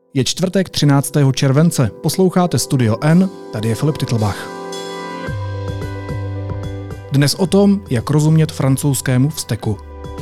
Je čtvrtek 13. července, posloucháte Studio N, tady je Filip Titlbach. Dnes o tom, jak rozumět francouzskému vzteku.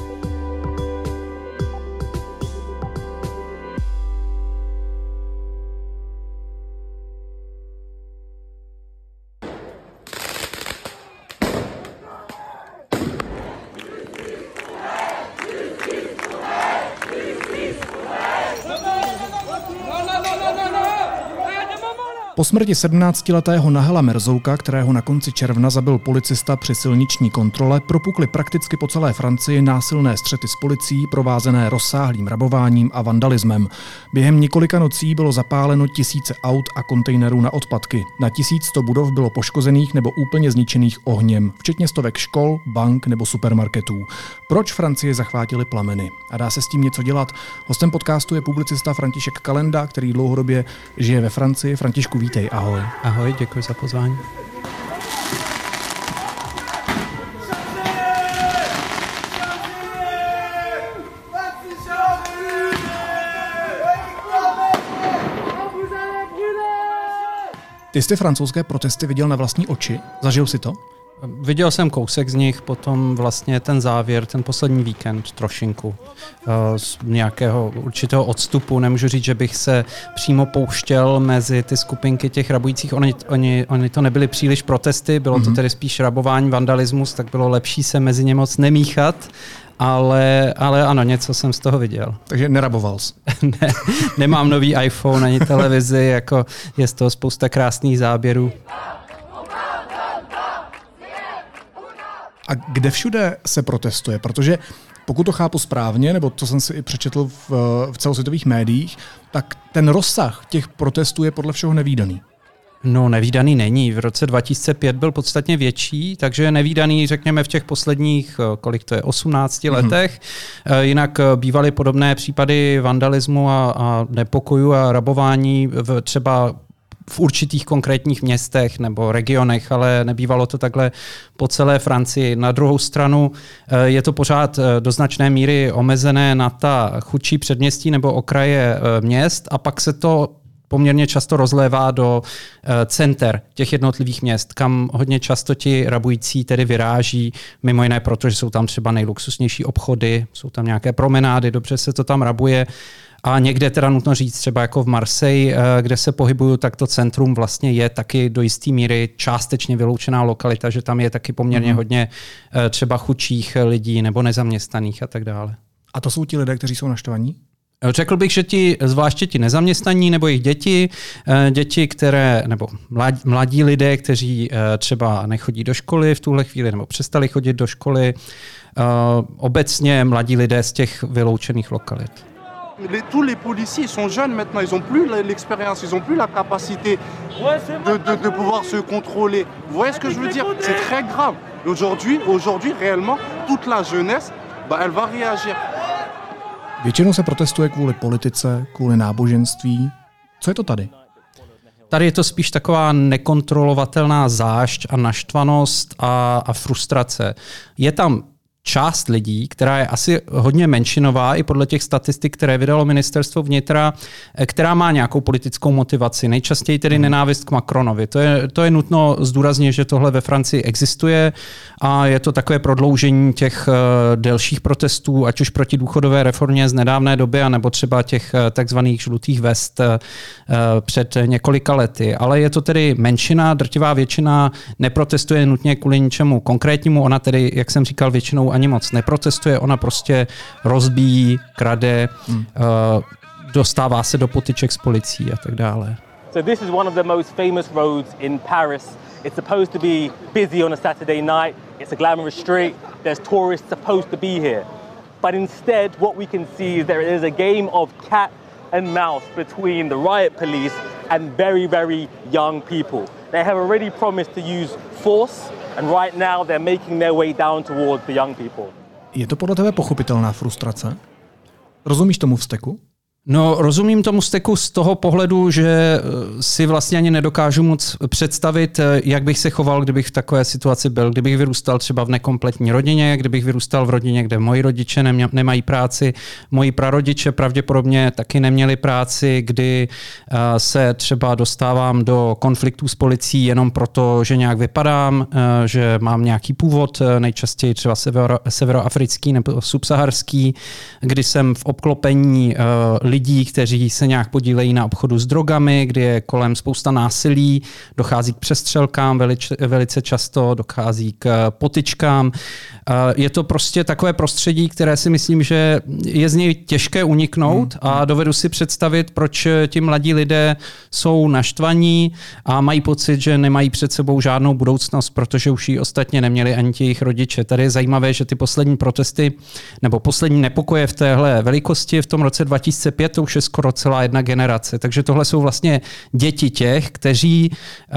Po smrti 17letého Nahela Merzouka, kterého na konci června zabil policista při silniční kontrole, propukly prakticky po celé Francii násilné střety s policií, provázené rozsáhlým rabováním a vandalismem. Během několika nocí bylo zapáleno tisíce aut a kontejnerů na odpadky. Na 1100 budov bylo poškozených nebo úplně zničených ohněm, včetně stovek škol, bank nebo supermarketů. Proč Francii zachvátily plameny? A dá se s tím něco dělat? Hostem podcastu je publicista František Kalenda, který dlouhodobě žije ve Francii. Františku, vítej, ahoj. Ahoj, děkuji za pozvání. Ty jsi francouzské protesty viděl na vlastní oči? Zažil jsi to? Viděl jsem kousek z nich, potom vlastně ten závěr, ten poslední víkend trošinku z nějakého určitého odstupu. Nemůžu říct, že bych se přímo pouštěl mezi ty skupinky těch rabujících. Oni to nebyly příliš protesty, bylo to tedy spíš rabování, vandalismus, tak bylo lepší se mezi ně moc nemíchat. Ale ano, něco jsem z toho viděl. Takže neraboval jsi? Ne, nemám nový iPhone ani televizi, jako je z toho spousta krásných záběrů. A kde všude se protestuje? Protože pokud to chápu správně, nebo to jsem si i přečetl v celosvětových médiích, tak ten rozsah těch protestů je podle všeho nevídaný. No, nevídaný není. V roce 2005 byl podstatně větší, takže je nevídaný, řekněme, v těch posledních, 18 letech. Jinak bývaly podobné případy vandalismu a nepokojů a rabování třeba v určitých konkrétních městech nebo regionech, ale nebývalo to takhle po celé Francii. Na druhou stranu je to pořád do značné míry omezené na ta chudší předměstí nebo okraje měst a pak se to poměrně často rozlévá do center těch jednotlivých měst, kam hodně často ti rabující tedy vyráží, mimo jiné proto, že jsou tam třeba nejluxusnější obchody, jsou tam nějaké promenády, dobře se to tam rabuje. A někde teda nutno říct, třeba jako v Marseille, kde se pohybuju, tak to centrum vlastně je taky do jisté míry částečně vyloučená lokalita, že tam je taky poměrně hodně třeba chudších lidí nebo nezaměstnaných a tak dále. A to jsou ti lidé, kteří jsou naštvaní? Řekl bych, že zvláště ti nezaměstnaní nebo jejich děti, nebo mladí lidé, kteří třeba nechodí do školy v tuhle chvíli nebo přestali chodit do školy, obecně mladí lidé z těch vyloučených lokalit. Tous les policiers sont jeunes maintenant, ils ont plus l'expérience, ils ont plus la capacité de pouvoir se contrôler. Vous voyez ce que je veux dire? C'est très grave. Aujourd'hui réellement, toute la jeunesse, elle va réagir. Většinou se protestuje kvůli politice, kvůli náboženství. Co je to tady? Tady je to spíš taková nekontrolovatelná zášť a naštvanost a frustrace. Je tam část lidí, která je asi hodně menšinová i podle těch statistik, které vydalo ministerstvo vnitra, která má nějakou politickou motivaci. Nejčastěji tedy nenávist k Macronovi. To je nutno zdůraznit, že tohle ve Francii existuje a je to takové prodloužení těch delších protestů, ať už proti důchodové reformě z nedávné doby, anebo třeba těch takzvaných žlutých vest před několika lety. Ale je to tedy menšina, drtivá většina neprotestuje nutně kvůli ničemu konkrétnímu. Ona tedy, jak jsem říkal, většinou ani moc neprotestuje, ona prostě rozbíjí, krade, dostává se do potyček s policií a tak dále. So this is one of the most famous roads in Paris. It's supposed to be busy on a Saturday night. It's a glamorous street. There's tourists supposed to be here. But instead, what we can see is there is a game of cat and mouse between the riot police and very, very young people. They have already promised to use force, and right now they're making their way down towards the young people. Je to podle tebe pochopitelná frustrace? Rozumíš tomu vzteku? No, rozumím tomu steku z toho pohledu, že si vlastně ani nedokážu moc představit, jak bych se choval, kdybych v takové situaci byl. Kdybych vyrůstal třeba v nekompletní rodině, kdybych vyrůstal v rodině, kde moji rodiče nemají práci, moji prarodiče pravděpodobně taky neměli práci, kdy se třeba dostávám do konfliktů s policií jenom proto, že nějak vypadám, že mám nějaký původ, nejčastěji třeba severoafrický nebo subsaharský, kdy jsem v obklopení lidí, kteří se nějak podílejí na obchodu s drogami, kdy je kolem spousta násilí, dochází k přestřelkám velice často, dochází k potyčkám. Je to prostě takové prostředí, které si myslím, že je z něj těžké uniknout a dovedu si představit, proč ti mladí lidé jsou naštvaní a mají pocit, že nemají před sebou žádnou budoucnost, protože už ji ostatně neměli ani ti jejich rodiče. Tady je zajímavé, že ty poslední protesty nebo poslední nepokoje v téhle velikosti v tom roce 2005 to už je skoro celá jedna generace. Takže tohle jsou vlastně děti těch, kteří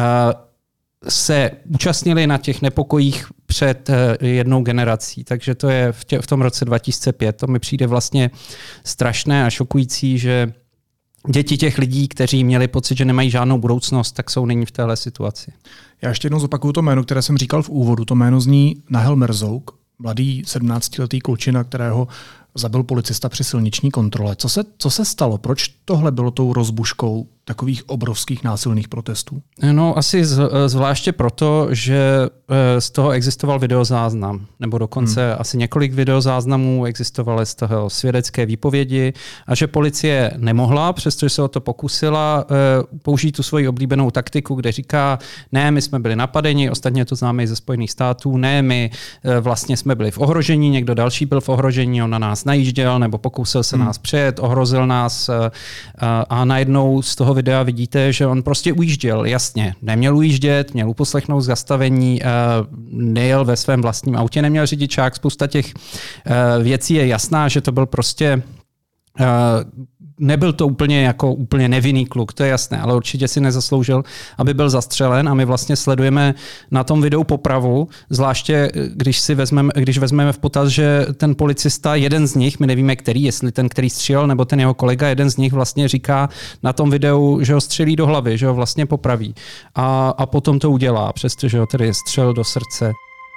se účastnili na těch nepokojích před jednou generací. Takže to je v tom roce 2005. To mi přijde vlastně strašné a šokující, že děti těch lidí, kteří měli pocit, že nemají žádnou budoucnost, tak jsou nyní v téhle situaci. Já ještě jednou zopakuju to jméno, které jsem říkal v úvodu. To jméno zní Nahel Merzouk, mladý 17letý klučina, kterého zabil policista při silniční kontrole. Co se stalo? Proč tohle bylo tou rozbuškou takových obrovských násilných protestů? No asi zvláště proto, že z toho existoval videozáznam, nebo dokonce asi několik videozáznamů existovaly z toho svědecké výpovědi a že policie nemohla, přestože se o to pokusila, použít tu svoji oblíbenou taktiku, kde říká, ne, my jsme byli napadeni, ostatně to známe i ze Spojených států, ne, my vlastně jsme byli v ohrožení, někdo další byl v ohrožení, on na nás najížděl nebo pokusil se nás přejet, ohrozil nás a najednou z toho videa vidíte, že on prostě ujížděl, jasně. Neměl ujíždět, měl uposlechnout zastavení, nejel ve svém vlastním autě, neměl řidičák, spousta těch věcí je jasná, že to byl prostě nebyl to úplně nevinný kluk, to je jasné, ale určitě si nezasloužil, aby byl zastřelen a my vlastně sledujeme na tom videu popravu, zvláště když vezmeme v potaz, že ten policista, jeden z nich, my nevíme který, jestli ten, který střílel, nebo ten jeho kolega, jeden z nich vlastně říká na tom videu, že ho střelí do hlavy, že ho vlastně popraví a potom to udělá, přestože ho tedy střelil do srdce.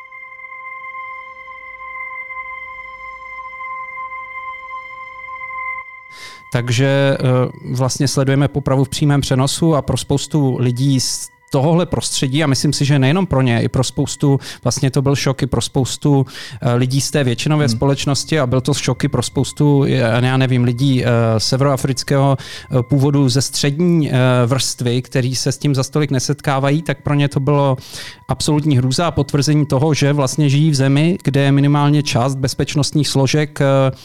Takže vlastně sledujeme popravu v přímém přenosu a pro spoustu lidí z tohohle prostředí, a myslím si, že nejenom pro ně, i pro spoustu, vlastně to byl šok i pro spoustu lidí z té většinové společnosti a byl to šok i pro spoustu, já nevím, lidí severoafrického původu ze střední vrstvy, kteří se s tím za stolik nesetkávají, tak pro ně to bylo absolutní hrůza a potvrzení toho, že vlastně žijí v zemi, kde minimálně část bezpečnostních složek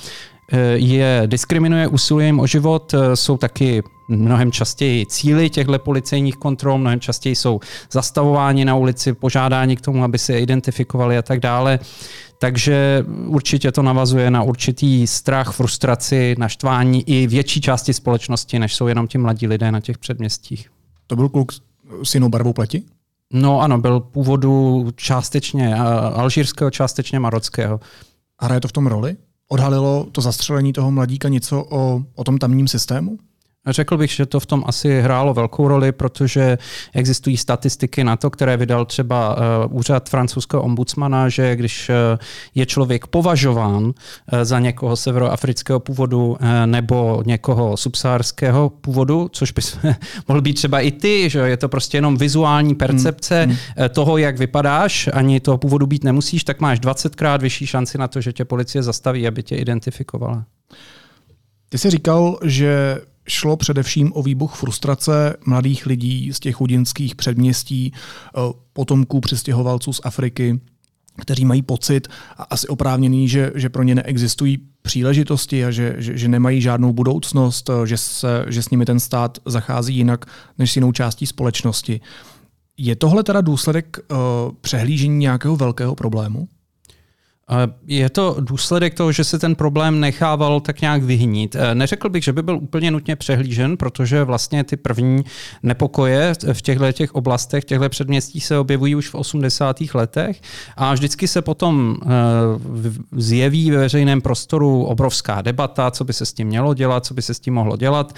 je diskriminuje, usiluje jim o život, jsou taky mnohem častěji cíli těchto policejních kontrol, mnohem častěji jsou zastavováni na ulici, požádáni k tomu, aby se identifikovali a tak dále. Takže určitě to navazuje na určitý strach, frustraci, naštvání i větší části společnosti, než jsou jenom ti mladí lidé na těch předměstích. To byl kluk s jinou barvou pleti? No ano, byl původu částečně alžírského, částečně marockého. A hraje to v tom roli? Odhalilo to zastřelení toho mladíka něco o tom tamním systému? Řekl bych, že to v tom asi hrálo velkou roli, protože existují statistiky na to, které vydal třeba úřad francouzského ombudsmana, že když je člověk považován za někoho severoafrického původu nebo někoho subsaharského původu, což by mohl být třeba i ty, že je to prostě jenom vizuální percepce toho, jak vypadáš, ani toho původu být nemusíš, tak máš 20krát vyšší šanci na to, že tě policie zastaví, aby tě identifikovala. Ty jsi říkal, že šlo především o výbuch frustrace mladých lidí z těch chudinských předměstí, potomků přistěhovalců z Afriky, kteří mají pocit, a asi oprávněný, že pro ně neexistují příležitosti a že nemají žádnou budoucnost, že s nimi ten stát zachází jinak než s jinou částí společnosti. Je tohle teda důsledek přehlížení nějakého velkého problému? Je to důsledek toho, že se ten problém nechával tak nějak vyhnít. Neřekl bych, že by byl úplně nutně přehlížen, protože vlastně ty první nepokoje v těchto oblastech, těchto předměstích se objevují už v 80. letech a vždycky se potom zjeví ve veřejném prostoru obrovská debata, co by se s tím mělo dělat, co by se s tím mohlo dělat.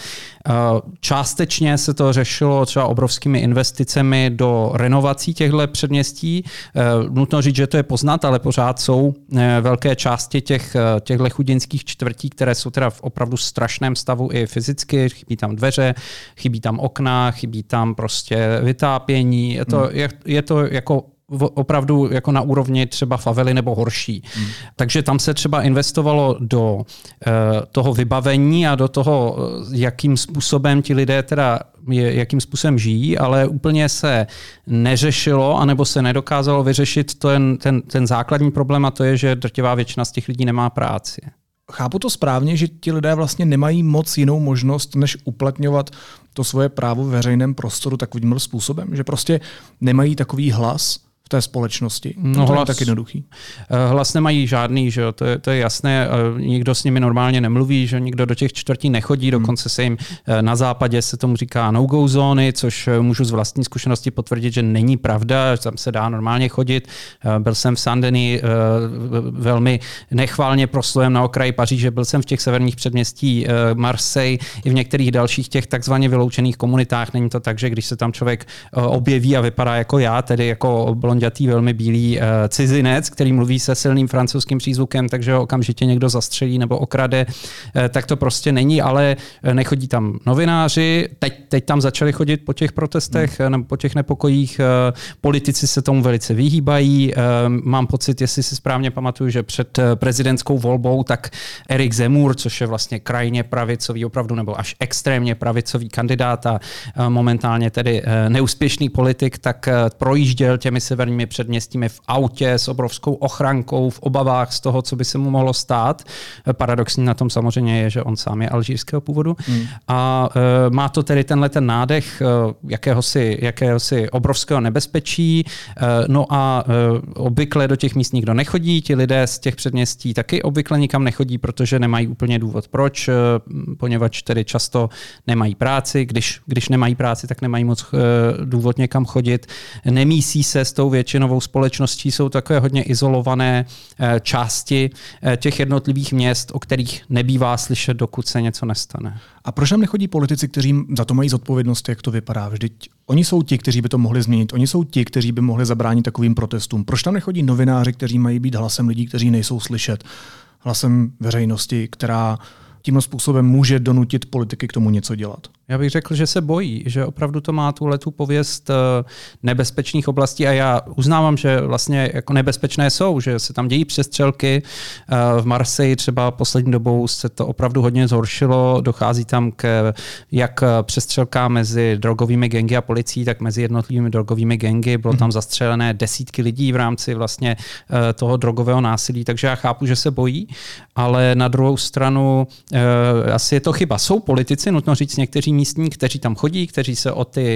Částečně se to řešilo třeba obrovskými investicemi do renovací těchto předměstí. Nutno říct, že to je poznat, ale pořád jsou velké části těchto chudinských čtvrtí, které jsou teda v opravdu strašném stavu i fyzicky. Chybí tam dveře, chybí tam okna, chybí tam prostě vytápění. Je to jako opravdu jako na úrovni třeba favely nebo horší. Takže tam se třeba investovalo do toho vybavení a do toho, jakým způsobem ti lidé teda jakým způsobem žijí, ale úplně se neřešilo, anebo se nedokázalo vyřešit ten základní problém, a to je, že drtivá většina z těch lidí nemá práci. Chápu to správně, že ti lidé vlastně nemají moc jinou možnost, než uplatňovat to svoje právo v veřejném prostoru takovým způsobem, že prostě nemají takový hlas v té společnosti. To je tak jednoduchý. Hlas nemají žádný, že jo? To je jasné. Nikdo s nimi normálně nemluví, že nikdo do těch čtvrtí nechodí, dokonce se jim na západě se tomu říká no-go zóny, což můžu z vlastní zkušenosti potvrdit, že není pravda, tam se dá normálně chodit. Byl jsem v Saint-Denis velmi nechválně proslovem na okraji Paříže, byl jsem v těch severních předměstí Marseille i v některých dalších těch takzvaně vyloučených komunitách. Není to tak, že když se tam člověk objeví a vypadá jako já, tedy jako blondětý, velmi bílý cizinec, který mluví se silným francouzským přízvukem, takže ho okamžitě někdo zastřelí nebo okrade, tak to prostě není, ale nechodí tam novináři. Teď tam začali chodit po těch protestech nebo po těch nepokojích. Politici se tomu velice vyhýbají. Mám pocit, jestli si správně pamatuju, že před prezidentskou volbou tak Erik Zemmour, což je vlastně krajně pravicový opravdu nebo až extrémně pravicový kandidát a momentálně tedy neúspěšný politik, tak projížděl těmi severními předměstími v autě s obrovskou ochrankou, v obavách z toho, co by se mu mohlo stát. Paradoxní na tom samozřejmě je, že on sám je alžírského původu. A má to tedy ten nádech jakéhosi obrovského nebezpečí. No a obvykle do těch míst nikdo nechodí. Ti lidé z těch předměstí taky obvykle nikam nechodí, protože nemají úplně důvod proč, poněvadž tedy často nemají práci. Když nemají práci, tak nemají moc důvod někam chodit. Nemísí se s tou většinovou společností, jsou takové hodně izolované části těch jednotlivých měst, o kterých nebývá slyšet, dokud se něco nestane. A proč tam nechodí politici, kteří za to mají zodpovědnost, jak to vypadá? Vždyť oni jsou ti, kteří by to mohli změnit. Oni jsou ti, kteří by mohli zabránit takovým protestům. Proč tam nechodí novináři, kteří mají být hlasem lidí, kteří nejsou slyšet? Hlasem veřejnosti, která tímhle způsobem může donutit politiky k tomu něco dělat. Já bych řekl, že se bojí, že opravdu to má tuhletu pověst nebezpečných oblastí a já uznávám, že vlastně jako nebezpečné jsou, že se tam dějí přestřelky. V Marseille třeba poslední dobou se to opravdu hodně zhoršilo, dochází tam k jak přestřelkám mezi drogovými gangy a policií, tak mezi jednotlivými drogovými gangy. Bylo tam zastřelené desítky lidí v rámci vlastně toho drogového násilí, takže já chápu, že se bojí, ale na druhou stranu asi je to chyba. Jsou politici, nutno říct, někteří místní, kteří tam chodí, kteří se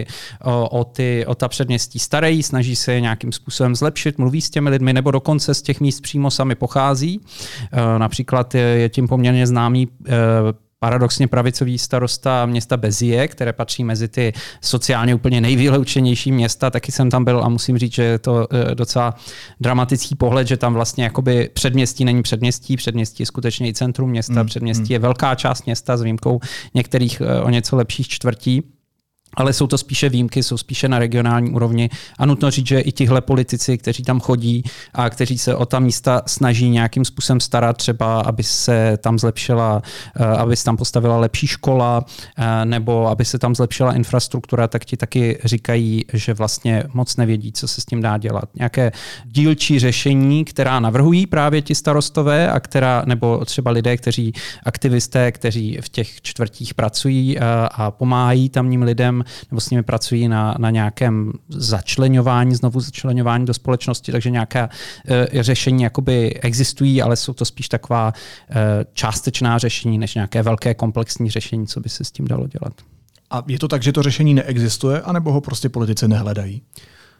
o ta předměstí starají, snaží se je nějakým způsobem zlepšit, mluví s těmi lidmi, nebo dokonce z těch míst přímo sami pochází. Například je tím poměrně známý paradoxně pravicový starosta města Béziers, které patří mezi ty sociálně úplně nejvyloučenější města, taky jsem tam byl a musím říct, že je to docela dramatický pohled, že tam vlastně jakoby předměstí není předměstí, předměstí je skutečně i centrum města, předměstí je velká část města s výjimkou některých o něco lepších čtvrtí. Ale jsou to spíše výjimky, jsou spíše na regionální úrovni a nutno říct, že i tihle politici, kteří tam chodí a kteří se o ta místa snaží nějakým způsobem starat, třeba aby se tam zlepšila, aby se tam postavila lepší škola nebo aby se tam zlepšila infrastruktura, tak ti taky říkají, že vlastně moc nevědí, co se s tím dá dělat. Nějaké dílčí řešení, která navrhují právě ti starostové a nebo třeba lidé, aktivisté, kteří v těch čtvrtích pracují a pomáhají tamním lidem, nebo s nimi pracují na nějakém znovu začleňování do společnosti, takže nějaká řešení jakoby existují, ale jsou to spíš taková částečná řešení, než nějaké velké komplexní řešení, co by se s tím dalo dělat. A je to tak, že to řešení neexistuje, anebo ho prostě politici nehledají?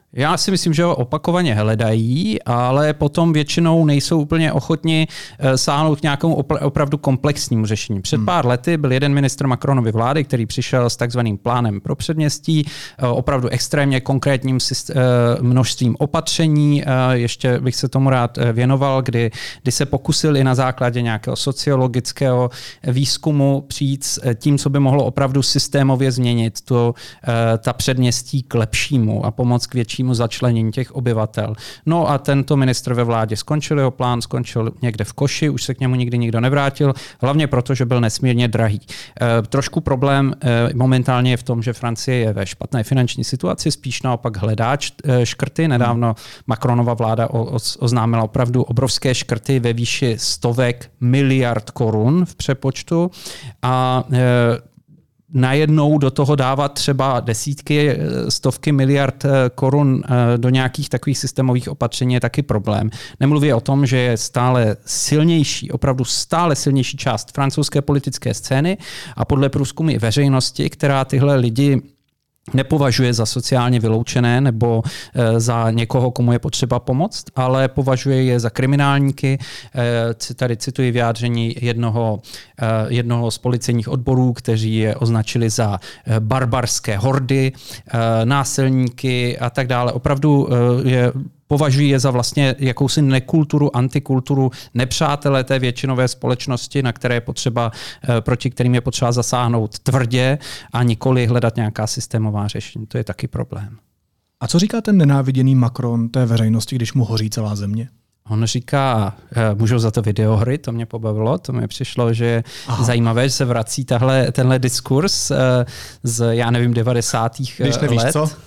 Já si myslím, že ho opakovaně hledají, ale potom většinou nejsou úplně ochotni sáhnout k nějakému opravdu komplexnímu řešení. Před pár lety byl jeden ministr Macronovy vlády, který přišel s takzvaným plánem pro předměstí, opravdu extrémně konkrétním množstvím opatření. Ještě bych se tomu rád věnoval, kdy se pokusil i na základě nějakého sociologického výzkumu přijít s tím, co by mohlo opravdu systémově změnit ta předměstí k lepšímu a pomoct k většímu začlenění těch obyvatel. No a tento ministr ve vládě skončil, jeho plán skončil někde v koši, už se k němu nikdy nikdo nevrátil, hlavně proto, že byl nesmírně drahý. Trošku problém momentálně je v tom, že Francie je ve špatné finanční situaci, spíš naopak hledá škrty. Nedávno Macronova vláda oznámila opravdu obrovské škrty ve výši stovek miliard korun v přepočtu a najednou do toho dávat třeba desítky, stovky miliard korun do nějakých takových systémových opatření je taky problém. Nemluví o tom, že je stále silnější, opravdu stále silnější část francouzské politické scény a podle průzkumu i veřejnosti, která tyhle lidi nepovažuje za sociálně vyloučené nebo za někoho, komu je potřeba pomoct, ale považuje je za kriminálníky. Tady cituji vyjádření jednoho z policejních odborů, kteří je označili za barbarské hordy, násilníky a tak dále. Opravdu považují je za vlastně jakousi nekulturu, antikulturu, nepřátelé té většinové společnosti, na které je potřeba, proti kterým je potřeba zasáhnout tvrdě a nikoli hledat nějaká systémová řešení. To je taky problém. A co říká ten nenáviděný Macron té veřejnosti, když mu hoří celá země? On říká, můžou za to videohry, to mě pobavilo, to mi přišlo, že je zajímavé, že se vrací tenhle diskurs z, já nevím, 90. Když nevíš let. Co?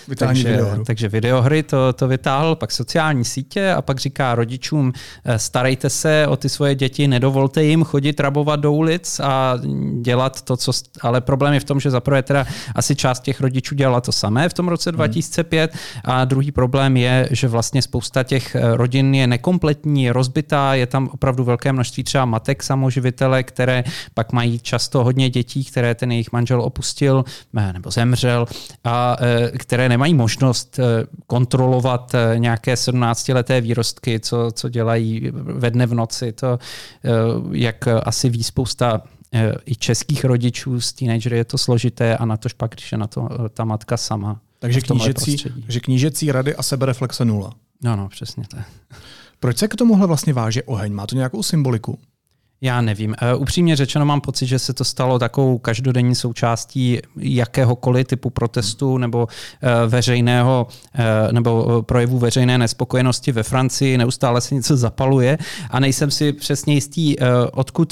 Takže videohry to vytáhl, pak sociální sítě a pak říká rodičům, starejte se o ty svoje děti, nedovolte jim chodit rabovat do ulic a dělat to, co... Ale problém je v tom, že zaprvé teda asi část těch rodičů dělala to samé v tom roce 2005 a druhý problém je, že vlastně spousta těch rodin je nekompletní, je rozbitá, je tam opravdu velké množství třeba matek samoživitele, které pak mají často hodně dětí, které ten jejich manžel opustil nebo zemřel a které nemají možnost kontrolovat nějaké 17leté výrostky, co dělají ve dne v noci. To, jak asi ví spousta i českých rodičů z teenagery, je to složité a natož pak, když je na to ta matka sama. Takže knížecí rady a sebereflexe nula. No, přesně tak. Proč se k tomuhle vlastně váže oheň? Má to nějakou symboliku? Já nevím. Upřímně řečeno mám pocit, že se to stalo takovou každodenní součástí jakéhokoliv typu protestu nebo veřejného nebo projevu veřejné nespokojenosti ve Francii. Neustále se něco zapaluje a nejsem si přesně jistý, odkud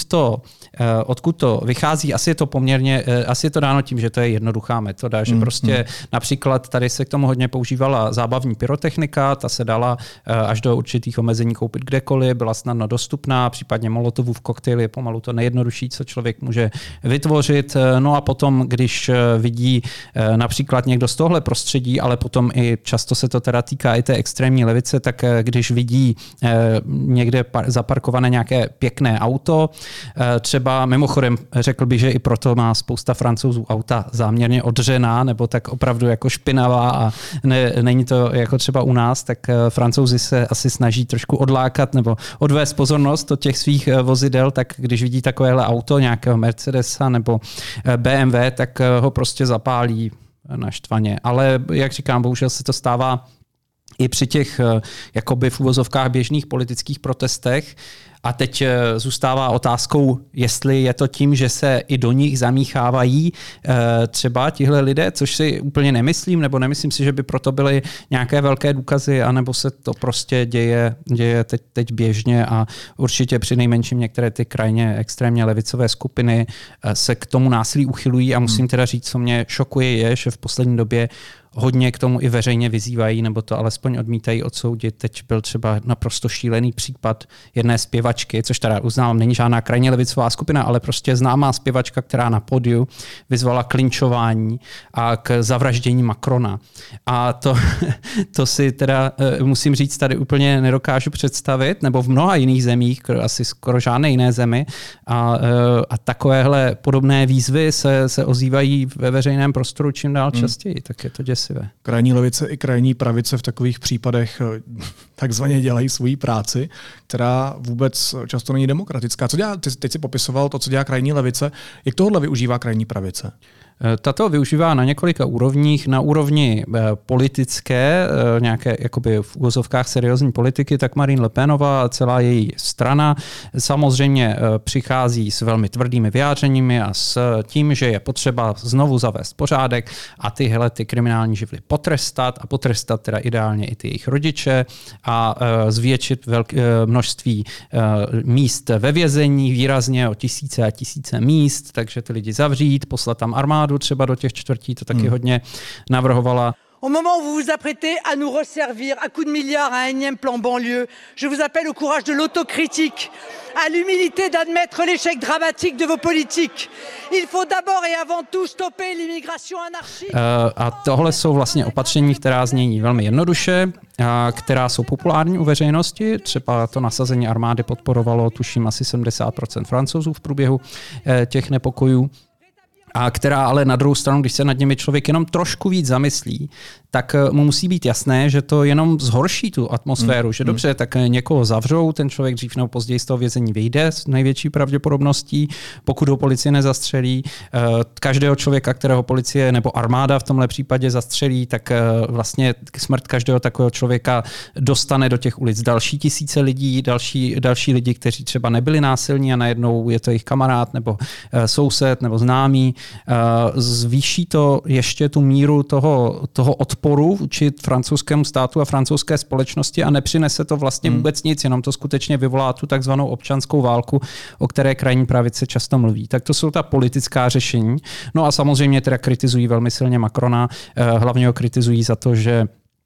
to vychází. Asi je to dáno tím, že to je jednoduchá metoda, že prostě například tady se k tomu hodně používala zábavní pyrotechnika, ta se dala až do určitých omezení koupit kdekoliv, byla snadno dostupná, případně Molotovův koktejl je pomalu to nejjednodušší, co člověk může vytvořit. No a potom, když vidí například někdo z tohle prostředí, ale potom i často se to teda týká i té extrémní levice, tak když vidí někde zaparkované nějaké pěkné auto, třeba mimochodem řekl bych, že i proto má spousta Francouzů auta záměrně odřená, nebo tak opravdu jako špinavá a není to jako třeba u nás, tak Francouzi se asi snaží trošku odlákat nebo odvést pozornost od těch svých vozidel, tak když vidí takovéhle auto, nějakého Mercedesa nebo BMW, tak ho prostě zapálí naštvaně. Ale jak říkám, bohužel se to stává i při těch jakoby v uvozovkách běžných politických protestech. A teď zůstává otázkou, jestli je to tím, že se i do nich zamíchávají třeba tihle lidé, což si úplně nemyslím, nebo nemyslím si, že by proto byly nějaké velké důkazy, anebo se to prostě děje teď běžně a určitě při nejmenším některé ty krajně extrémně levicové skupiny se k tomu násilí uchylují a musím teda říct, co mě šokuje je, že v poslední době hodně k tomu i veřejně vyzývají, nebo to alespoň odmítají odsoudit. Teď byl třeba naprosto šílený případ jedné zpěvačky, což teda uznávám, není žádná krajně levicová skupina, ale prostě známá zpěvačka, která na pódiu vyzvala k lynčování a k zavraždění Macrona. A to si teda musím říct, tady úplně nedokážu představit, nebo v mnoha jiných zemích, asi skoro žádné jiné zemi. A takovéhle podobné výzvy se ozývají ve veřejném prostoru čím dál častěji, tak je to děsivé. děsivé. Krajní levice i krajní pravice v takových případech takzvaně dělají svoji práci, která vůbec často není demokratická. Co dělá, teď si popisoval to, co dělá krajní levice. Jak tohle využívá krajní pravice? Tato využívá na několika úrovních. Na úrovni politické, nějaké jakoby v úvozovkách seriózní politiky, tak Marine Le Penová a celá její strana samozřejmě přichází s velmi tvrdými vyjádřeními a s tím, že je potřeba znovu zavést pořádek a ty kriminální živly potrestat teda ideálně i ty jejich rodiče a zvětšit množství míst ve vězení výrazně o tisíce a tisíce míst, takže ty lidi zavřít, poslat tam armádu třeba do těch čtvrtí, to taky hodně navrhovala. Au moment où vous vous apprêtez à nous resservir à coups de milliards un énième plan banlieue, je vous appelle au courage de l'autocritique, à l'humilité d'admettre l'échec dramatique de vos politiques. Il faut d'abord et avant tout stopper l'immigration anarchique. A tohle jsou vlastně opatření, která znějí velmi jednoduše, která jsou populární u veřejnosti. Třeba to nasazení armády podporovalo, tuším, asi 70% Francouzů v průběhu těch nepokojů. A která ale na druhou stranu, když se nad nimi člověk jenom trošku víc zamyslí, tak mu musí být jasné, že to jenom zhorší tu atmosféru, že dobře, tak někoho zavřou, ten člověk dřív nebo později z toho vězení vyjde s největší pravděpodobností, pokud ho policie nezastřelí. Každého člověka, kterého policie nebo armáda v tomhle případě zastřelí, tak vlastně smrt každého takového člověka dostane do těch ulic další tisíce lidí, další lidi, kteří třeba nebyli násilní a najednou je to jejich kamarád nebo soused nebo známý. Zvýší to ještě tu míru toho odporu vůči francouzskému státu a francouzské společnosti a nepřinese to vlastně vůbec nic, jenom to skutečně vyvolá tu takzvanou občanskou válku, o které krajní pravice často mluví. Tak to jsou ta politická řešení. No a samozřejmě teda kritizují velmi silně Macrona, hlavně ho kritizují za to, že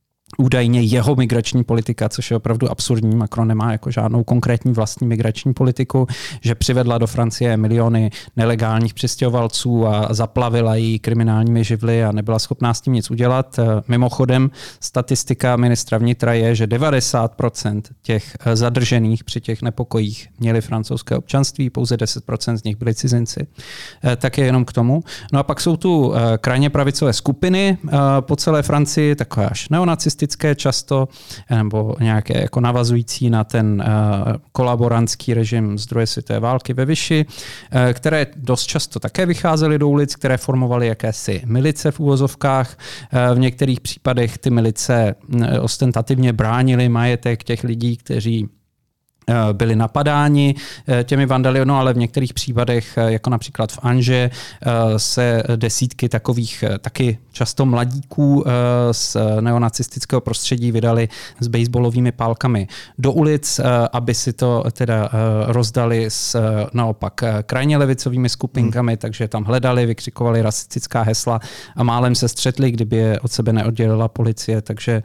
údajně jeho migrační politika, což je opravdu absurdní, Macron nemá jako žádnou konkrétní vlastní migrační politiku, že přivedla do Francie miliony nelegálních přistěhovalců a zaplavila ji kriminálními živly a nebyla schopná s tím nic udělat. Mimochodem, statistika ministra vnitra je, že 90% těch zadržených při těch nepokojích měli francouzské občanství, pouze 10% z nich byli cizinci. Tak je jenom k tomu. No a pak jsou tu krajně pravicové skupiny po celé Francii, takové až neonacistické často, nebo nějaké jako navazující na ten kolaborantský režim z druhé světové války ve Vichy, které dost často také vycházely do ulic, které formovaly jakési milice v úvozovkách. V některých případech ty milice ostentativně bránily majetek těch lidí, kteří byli napadáni těmi vandaly, no ale v některých případech, jako například v Angers, se desítky takových taky často mladíků z neonacistického prostředí vydali s baseballovými pálkami do ulic, aby si to teda rozdali s naopak krajně levicovými skupinkami, takže tam hledali, vykřikovali rasistická hesla a málem se střetli, kdyby je od sebe neoddělila policie, takže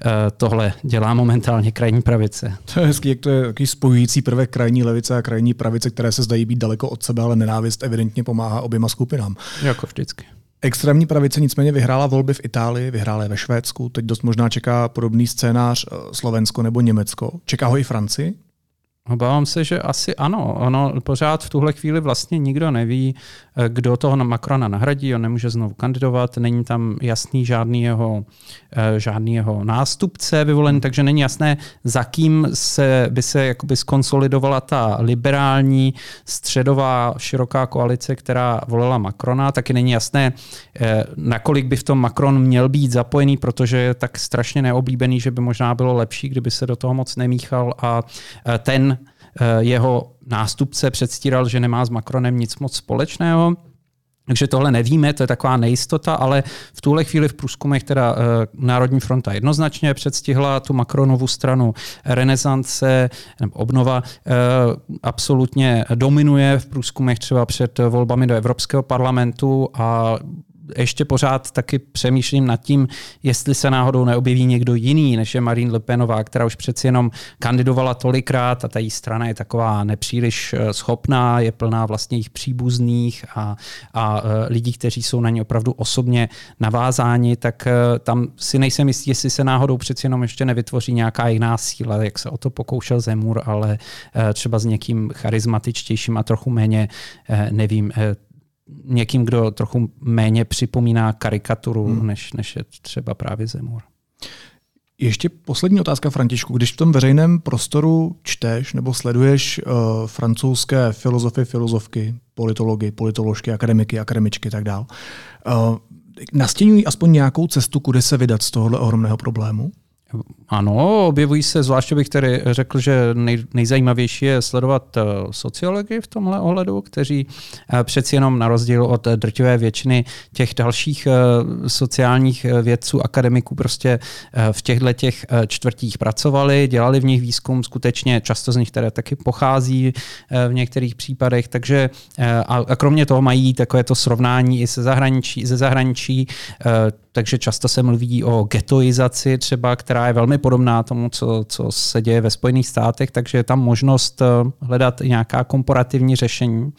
tohle dělá momentálně krajní pravice. To je hezký, jak to je takový spojující prvek krajní levice a krajní pravice, které se zdají být daleko od sebe, ale nenávist evidentně pomáhá oběma skupinám. Jako vždycky. Extrémní pravice nicméně vyhrála volby v Itálii, vyhrála je ve Švédsku, teď dost možná čeká podobný scénář Slovensko nebo Německo. Čeká ho i Francii? Obávám se, že asi ano. Ono pořád v tuhle chvíli vlastně nikdo neví, kdo toho Macrona nahradí, on nemůže znovu kandidovat, není tam jasný žádný jeho nástupce vyvolený, takže není jasné, za kým by se jakoby skonsolidovala ta liberální středová široká koalice, která volila Macrona, taky není jasné, nakolik by v tom Macron měl být zapojený, protože je tak strašně neoblíbený, že by možná bylo lepší, kdyby se do toho moc nemíchal a ten jeho nástupce předstíral, že nemá s Macronem nic moc společného. Takže tohle nevíme, to je taková nejistota, ale v tuhle chvíli v průzkumech teda Národní fronta jednoznačně předstihla tu Macronovu stranu renesance nebo obnova, absolutně dominuje v průzkumech třeba před volbami do Evropského parlamentu a ještě pořád taky přemýšlím nad tím, jestli se náhodou neobjeví někdo jiný, než je Marine Le Penová, která už přeci jenom kandidovala tolikrát a ta její strana je taková nepříliš schopná, je plná vlastně jejich příbuzných a lidí, kteří jsou na ně opravdu osobně navázáni, tak tam si nejsem jistý, jestli se náhodou přeci jenom ještě nevytvoří nějaká jiná síla, jak se o to pokoušel Zemmour, ale třeba s někým charizmatičtějším a trochu méně, nevím, někým, kdo trochu méně připomíná karikaturu, než je třeba právě Zemur. Ještě poslední otázka, Františku. Když v tom veřejném prostoru čteš nebo sleduješ francouzské filozofky, politology, politoložky, akademiky, akademičky a tak dál, nastěňují aspoň nějakou cestu, kudy se vydat z tohohle ohromného problému? Ano, objevují se, zvláště bych tedy řekl, že nejzajímavější je sledovat sociologii v tomhle ohledu, kteří přeci jenom na rozdíl od drtivé většiny těch dalších sociálních vědců, akademiků prostě v těch čtvrtích pracovali, dělali v nich výzkum, skutečně často z nich teda taky pochází v některých případech, takže a kromě toho mají takovéto srovnání i ze zahraničí, takže často se mluví o ghettoizaci třeba, která je velmi podobná tomu, co se děje ve Spojených státech, takže je tam možnost hledat nějaká komparativní řešení.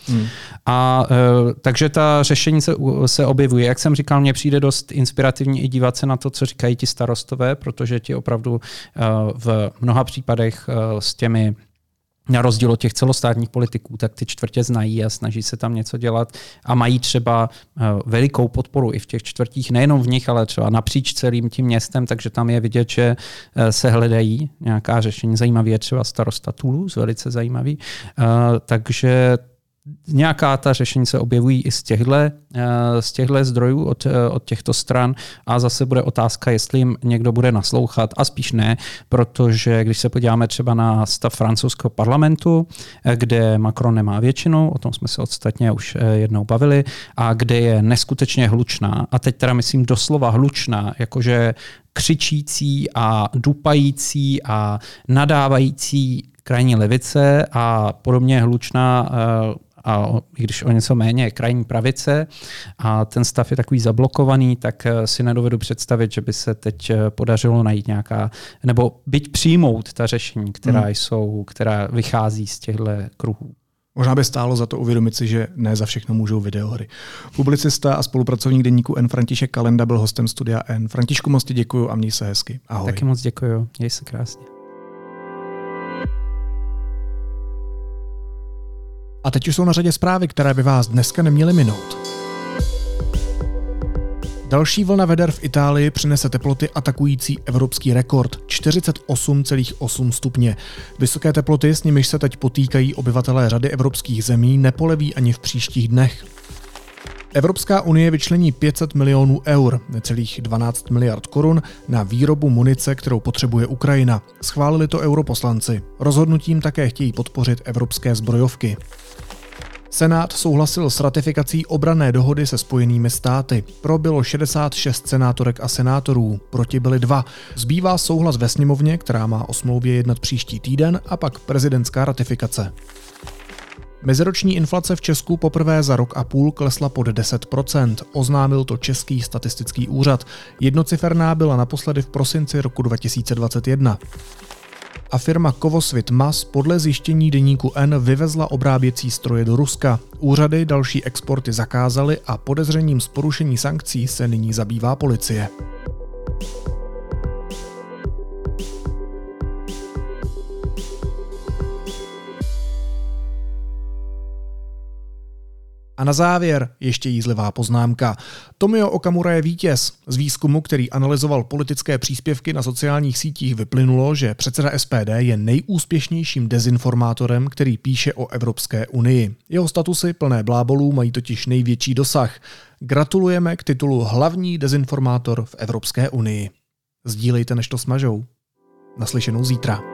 Takže ta řešení se objevují. Jak jsem říkal, mně přijde dost inspirativní i dívat se na to, co říkají ti starostové, protože ti opravdu v mnoha případech s těmi na rozdíl od těch celostátních politiků, tak ty čtvrtě znají a snaží se tam něco dělat a mají třeba velikou podporu i v těch čtvrtích, nejenom v nich, ale třeba napříč celým tím městem, takže tam je vidět, že se hledají nějaká řešení. Zajímavý je třeba starosta Toulouse, velice zajímavý. Takže nějaká ta řešení se objevují i z těchto zdrojů od těchto stran a zase bude otázka, jestli jim někdo bude naslouchat a spíš ne, protože když se podíváme třeba na stav francouzského parlamentu, kde Macron nemá většinu, o tom jsme se ostatně už jednou bavili, a kde je neskutečně hlučná, a teď teda myslím doslova hlučná, jakože křičící a dupající a nadávající krajní levice a podobně hlučná a i když o něco méně krajní pravice a ten stav je takový zablokovaný, tak si nedovedu představit, že by se teď podařilo najít nějaká, nebo byť přijmout ta řešení, která vychází z těchto kruhů. Možná by stálo za to uvědomit si, že ne za všechno můžou videohry. Publicista a spolupracovník deníku N František Kalenda byl hostem Studia N. Františku, moc ti děkuju a měj se hezky. Ahoj. Taky moc děkuju, měj se krásně. A teď už jsou na řadě zprávy, které by vás dneska neměly minout. Další vlna veder v Itálii přinese teploty atakující evropský rekord 48,8 stupně. Vysoké teploty, s nimiž se teď potýkají obyvatelé řady evropských zemí, nepoleví ani v příštích dnech. Evropská unie vyčlení 500 milionů eur, necelých 12 miliard korun, na výrobu munice, kterou potřebuje Ukrajina. Schválili to europoslanci. Rozhodnutím také chtějí podpořit evropské zbrojovky. Senát souhlasil s ratifikací obranné dohody se Spojenými státy. Pro bylo 66 senátorek a senátorů, proti byli 2. Zbývá souhlas ve sněmovně, která má o smlouvě jednat příští týden, a pak prezidentská ratifikace. Meziroční inflace v Česku poprvé za rok a půl klesla pod 10%, oznámil to Český statistický úřad. Jednociferná byla naposledy v prosinci roku 2021. A firma Kovosvit Mas podle zjištění deníku N vyvezla obráběcí stroje do Ruska. Úřady další exporty zakázaly a podezřením z porušení sankcí se nyní zabývá policie. A na závěr ještě jízlivá poznámka. Tomio Okamura je vítěz. Z výzkumu, který analyzoval politické příspěvky na sociálních sítích, vyplynulo, že předseda SPD je nejúspěšnějším dezinformátorem, který píše o Evropské unii. Jeho statusy plné blábolů mají totiž největší dosah. Gratulujeme k titulu hlavní dezinformátor v Evropské unii. Sdílejte, než to smažou. Naslyšenou zítra.